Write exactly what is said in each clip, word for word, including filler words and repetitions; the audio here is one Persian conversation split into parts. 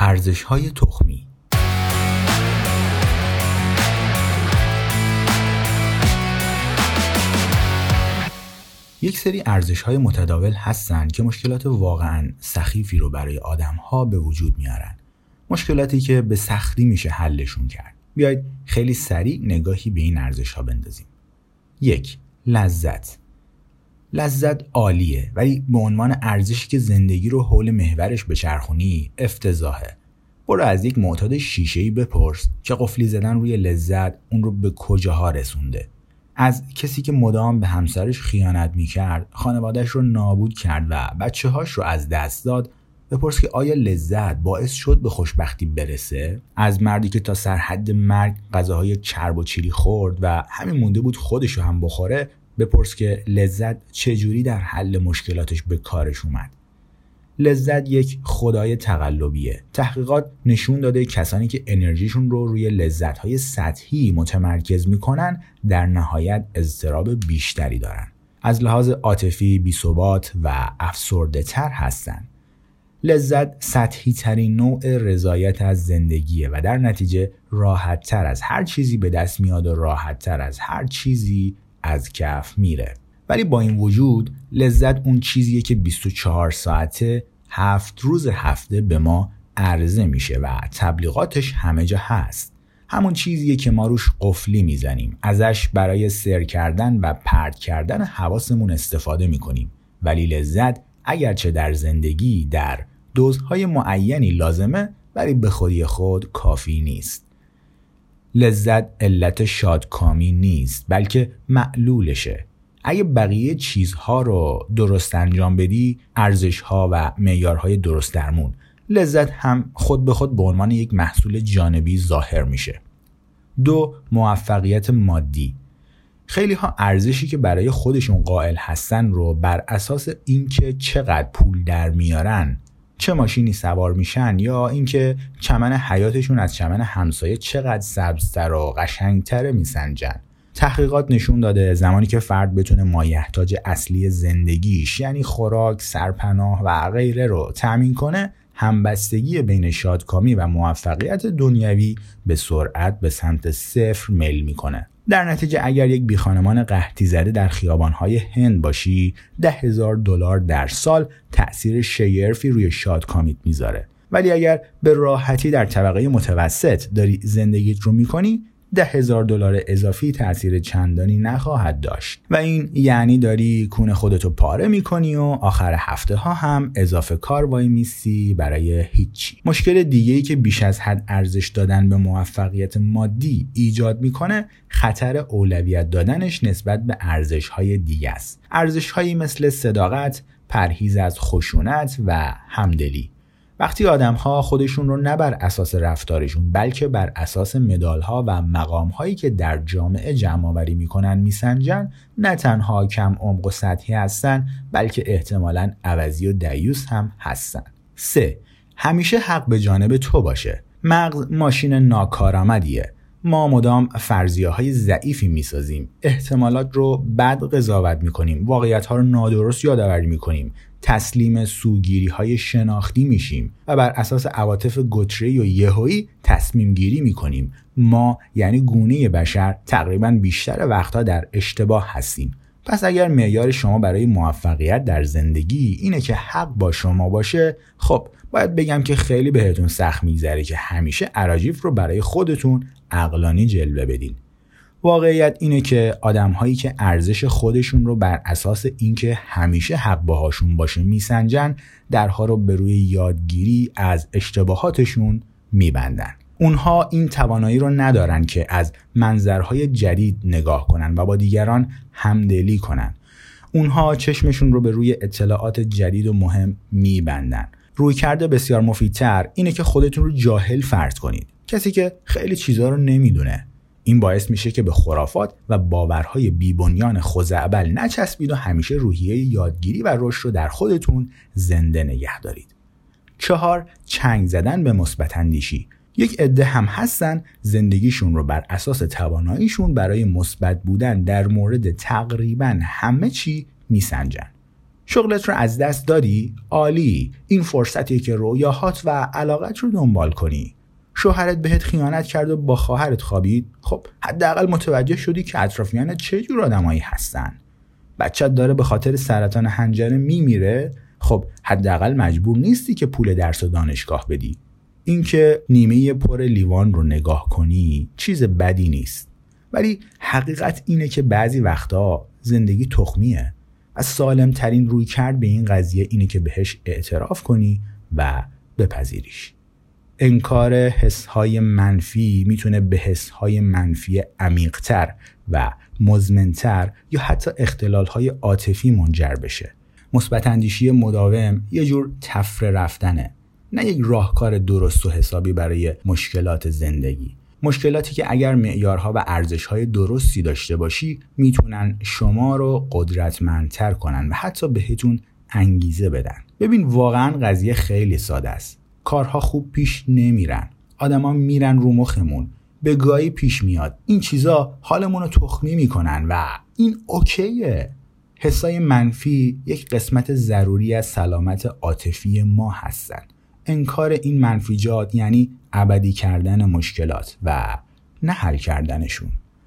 ارزش‌های تخمی. یک سری ارزش‌های متداول هستن که مشکلات واقعاً سخیفی رو برای آدم‌ها به وجود میارن. مشکلاتی که به سختی میشه حلشون کرد. بیایید خیلی سریع نگاهی به این ارزش‌ها بندازیم. یک، لذت. لذت عالیه، ولی به عنوان ارزشی که زندگی رو حول محورش بچرخونی افتضاحه. برو از یک معتاد شیشه‌ای بپرس که قفلی زدن روی لذت اون رو به کجاها رسونده. از کسی که مدام به همسرش خیانت میکرد، خانواده‌اش رو نابود کرد و بچه‌هاش رو از دست داد، بپرس که آیا لذت باعث شد به خوشبختی برسه؟ از مردی که تا سرحد مرگ غذاهای چرب و چیلی خورد و همین مونده بود خودش رو هم بخوره، بپرس که لذت چجوری در حل مشکلاتش به کارش اومد. لذت یک خدای تقلبیه. تحقیقات نشون داده کسانی که انرژیشون رو روی لذت‌های سطحی متمرکز میکنن در نهایت اضطراب بیشتری دارن. از لحاظ عاطفی بی‌ثبات و افسرده تر هستن. لذت سطحی ترین نوع رضایت از زندگیه و در نتیجه راحت تر از هر چیزی به دست میاد و راحت تر از هر چیزی از کف میره. ولی با این وجود لذت اون چیزیه که بیست و چهار ساعته هفت روز هفته به ما عرضه میشه و تبلیغاتش همه جا هست. همون چیزیه که ما روش قفلی میزنیم، ازش برای سر کردن و پرت کردن حواسمون استفاده میکنیم. ولی لذت اگرچه در زندگی در دوزهای معینی لازمه، ولی به خودی خود کافی نیست. لذت علت شادکامی نیست، بلکه معلولشه. اگه بقیه چیزها رو درست انجام بدی، ارزش‌ها و معیارهای درست درمون، لذت هم خود به خود به عنوان یک محصول جانبی ظاهر میشه. دو، موفقیت مادی. خیلی ها ارزشی که برای خودشون قائل هستن رو بر اساس اینکه چقدر پول در میارن، چه ماشینی سوار میشن یا اینکه چمن حیاتشون از چمن همسایه چقدر سبزتر و قشنگتر میسنجن. تحقیقات نشون داده زمانی که فرد بتونه مایحتاج اصلی زندگیش یعنی خوراک، سرپناه و غیره رو تأمین کنه، همبستگی بین شادکامی و موفقیت دنیوی به سرعت به سمت صفر میل میکنه. در نتیجه اگر یک بیخانمان قحطی زده در خیابان‌های هند باشی، ده هزار دلار در سال تأثیر شگرفی روی شادکامیت میذاره. ولی اگر به راحتی در طبقه متوسط داری زندگیت رو میکنی، ده هزار دلار اضافی تأثیر چندانی نخواهد داشت و این یعنی داری کون خودتو پاره میکنی و آخر هفته ها هم اضافه کار وای میسی برای هیچی. مشکل دیگه‌ای که بیش از حد ارزش دادن به موفقیت مادی ایجاد میکنه، خطر اولویت دادنش نسبت به ارزش‌های دیگه است. ارزش‌هایی مثل صداقت، پرهیز از خشونت و همدلی. وقتی آدم‌ها خودشون رو نه بر اساس رفتارشون بلکه بر اساس مدال‌ها و مقام‌هایی که در جامعه جمع‌آوری می‌کنن میسنجن، نه تنها کم عمق و سطحی هستن بلکه احتمالاً عوضی و دیوس هم هستن. سه، همیشه حق به جانب تو باشه. مغز ماشین ناکارآمدیه. ما مدام فرضیه‌های ضعیفی می‌سازیم، احتمالات رو بد قضاوت می‌کنیم، واقعیت‌ها رو نادرست یادآوری می‌کنیم، تسلیم سوگیری‌های شناختی میشیم و بر اساس عواطف گتره‌ای و یهویی تصمیم گیری می‌کنیم. ما یعنی گونه بشر تقریباً بیشتر وقتها در اشتباه هستیم. پس اگر معیار شما برای موفقیت در زندگی اینه که حق با شما باشه، خب باید بگم که خیلی بهتون سخت میگذره که همیشه اراجیف رو برای خودتون عقلانی جلوه بدین. واقعیت اینه که آدم‌هایی که ارزش خودشون رو بر اساس اینکه همیشه حق باهاشون باشه میسنجن، درها رو به روی یادگیری از اشتباهاتشون میبندن. اونها این توانایی رو ندارن که از منظرهای جدید نگاه کنن و با دیگران همدلی کنن. اونها چشمشون رو به روی اطلاعات جدید و مهم میبندن. رویکرد بسیار مفیدتر اینه که خودتون رو جاهل فرض کنید. کسی که خیلی چیزا رو نمیدونه. این باعث میشه که به خرافات و باورهای بی‌بنیان خزعبل نچسبید و همیشه روحیه یادگیری و رشد رو در خودتون زنده نگه دارید. چهار، چنگ زدن به مثبت اندیشی. یک عده هم هستن زندگیشون رو بر اساس تواناییشون برای مثبت بودن در مورد تقریباً همه چی میسنجن. شغلت رو از دست دادی؟ عالی. این فرصتیه که رویاهات و علاقت رو دنبال کنی. شوهرت بهت خیانت کرد و با خواهرت خوابید؟ خب حداقل متوجه شدی که اطرافیانت چه جور آدمایی هستن. بچت داره به خاطر سرطان حنجره میمیره؟ خب حداقل مجبور نیستی که پول درس و دانشگاه بدی. اینکه نیمه پر لیوان رو نگاه کنی چیز بدی نیست، ولی حقیقت اینه که بعضی وقتا زندگی تخمیه و سالم ترین روی کرد به این قضیه اینه که بهش اعتراف کنی و بپذیریش. انکار حسهای منفی میتونه به حسهای منفی عمیق‌تر و مزمن‌تر یا حتی اختلال‌های عاطفی منجر بشه. مثبت اندیشی مداوم یه جور تفره رفتنه، نه یک راهکار درست و حسابی برای مشکلات زندگی. مشکلاتی که اگر معیارها و ارزش‌های درستی داشته باشی میتونن شما رو قدرتمندتر کنن و حتی بهتون انگیزه بدن. ببین واقعا قضیه خیلی ساده است. کارها خوب پیش نمیرن. آدما میرن رو مخمون. به گاهی پیش میاد. این چیزا حالمون رو تخمی میکنن و این اوکیه. حسای منفی یک قسمت ضروری از سلامت عاطفی ما هستن. انکار این منفیجات یعنی ابدی کردن مشکلات و نه حل کردنشون.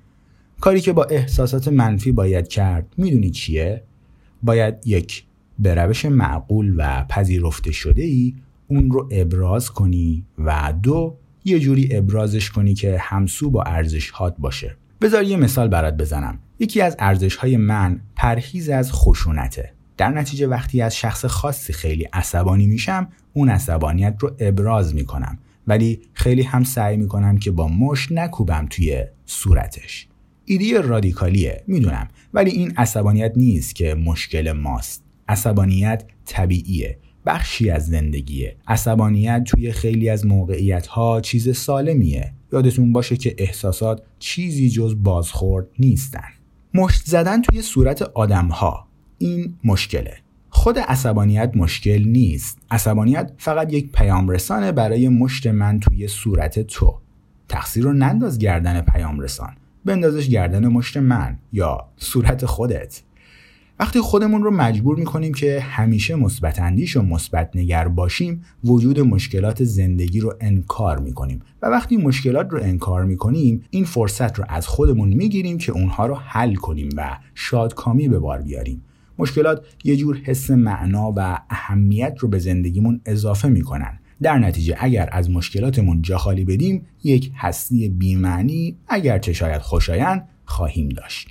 کاری که با احساسات منفی باید کرد میدونی چیه؟ باید یک، به روش معقول و پذیرفته شده ای اون رو ابراز کنی و دو، یه جوری ابرازش کنی که همسو با ارزش‌هات باشه. بذار یه مثال برات بزنم. یکی از ارزش‌های من پرهیز از خشونته. در نتیجه وقتی از شخص خاصی خیلی عصبانی میشم، اون عصبانیت رو ابراز میکنم، ولی خیلی هم سعی میکنم که با مشت نکوبم توی صورتش. ایده رادیکالیه میدونم، ولی این عصبانیت نیست که مشکل ماست. عصبانیت طبیعیه، بخشی از زندگیه. عصبانیت توی خیلی از موقعیت‌ها چیز سالمیه. یادتون باشه که احساسات چیزی جز بازخورد نیستن. مشت زدن توی صورت آدم‌ها این مشکله. خود عصبانیت مشکل نیست. عصبانیت فقط یک پیام رسانه برای مشت من توی صورت تو. تقصیر رو ننداز گردن پیام رسان، بندازش گردن مشت من یا صورت خودت. وقتی خودمون رو مجبور میکنیم که همیشه مثبت اندیش و مثبت نگر باشیم، وجود مشکلات زندگی رو انکار میکنیم و وقتی مشکلات رو انکار میکنیم، این فرصت رو از خودمون میگیریم که اونها رو حل کنیم و شادکامی به بار بیاریم. مشکلات یه جور حس معنا و اهمیت رو به زندگیمون اضافه میکنن. در نتیجه اگر از مشکلاتمون جا خالی بدیم، یک هستی بی‌معنی اگرچه شاید خوشایند خواهیم داشت.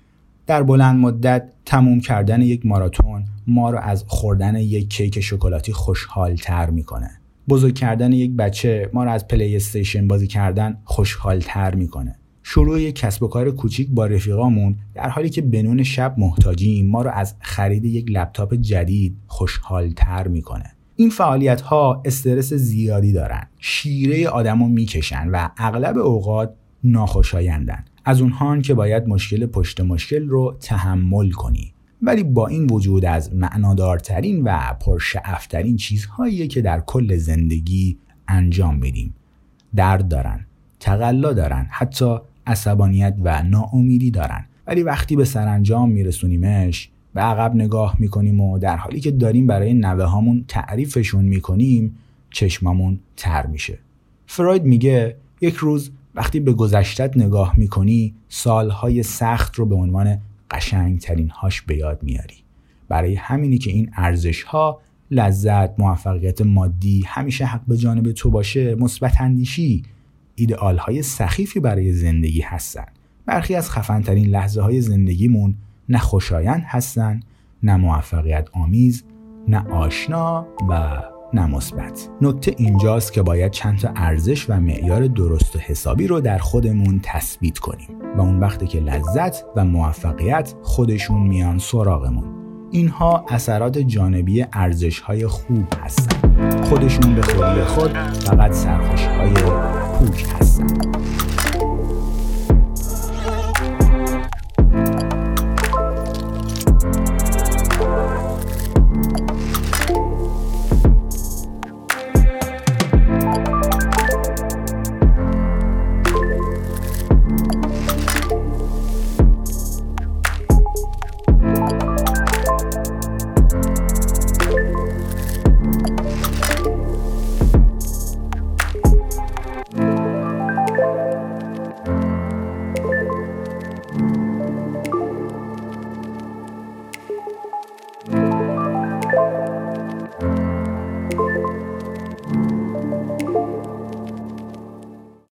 در بلند مدت تموم کردن یک ماراتون ما رو از خوردن یک کیک شکلاتی خوشحال تر میکنه. بزرگ کردن یک بچه ما رو از پلی استیشن بازی کردن خوشحال تر میکنه. شروع یک کسب و کار کوچیک با رفیقامون در حالی که به نون شب محتاجیم ما رو از خرید یک لپتاپ جدید خوشحال تر میکنه. این فعالیت ها استرس زیادی دارن، شیره آدمو میکشن و اغلب اوقات ناخوشایندن. از اونهان که باید مشکل پشت مشکل رو تحمل کنی، ولی با این وجود از معنادارترین و پرشعفترین چیزهاییه که در کل زندگی انجام میدیم. درد دارن، تقلا دارن، حتی عصبانیت و ناامیدی دارن، ولی وقتی به سرانجام میرسونیمش به عقب نگاه میکنیم و در حالی که داریم برای نوه هامون تعریفشون میکنیم چشممون تر میشه. فروید میگه یک روز وقتی به گذشتت نگاه میکنی سالهای سخت رو به عنوان قشنگترین هاش به یاد میاری. برای همینی که این ارزش ها، لذت، موفقیت مادی همیشه حق به جانب تو باشه، مثبت اندیشی، ایدئال های سخیفی برای زندگی هستن. برخی از خفن‌ترین لحظه های زندگیمون نه خوشایند هستن، نه موفقیت آمیز، نه آشنا و نه مثبت. نکته اینجاست که باید چند تا ارزش و معیار درست و حسابی رو در خودمون تثبیت کنیم و اون وقتی که لذت و موفقیت خودشون میان سراغمون. اینها اثرات جانبی ارزش‌های خوب هستن. خودشون به خودی خود فقط سرخوشی‌های پوک هستن.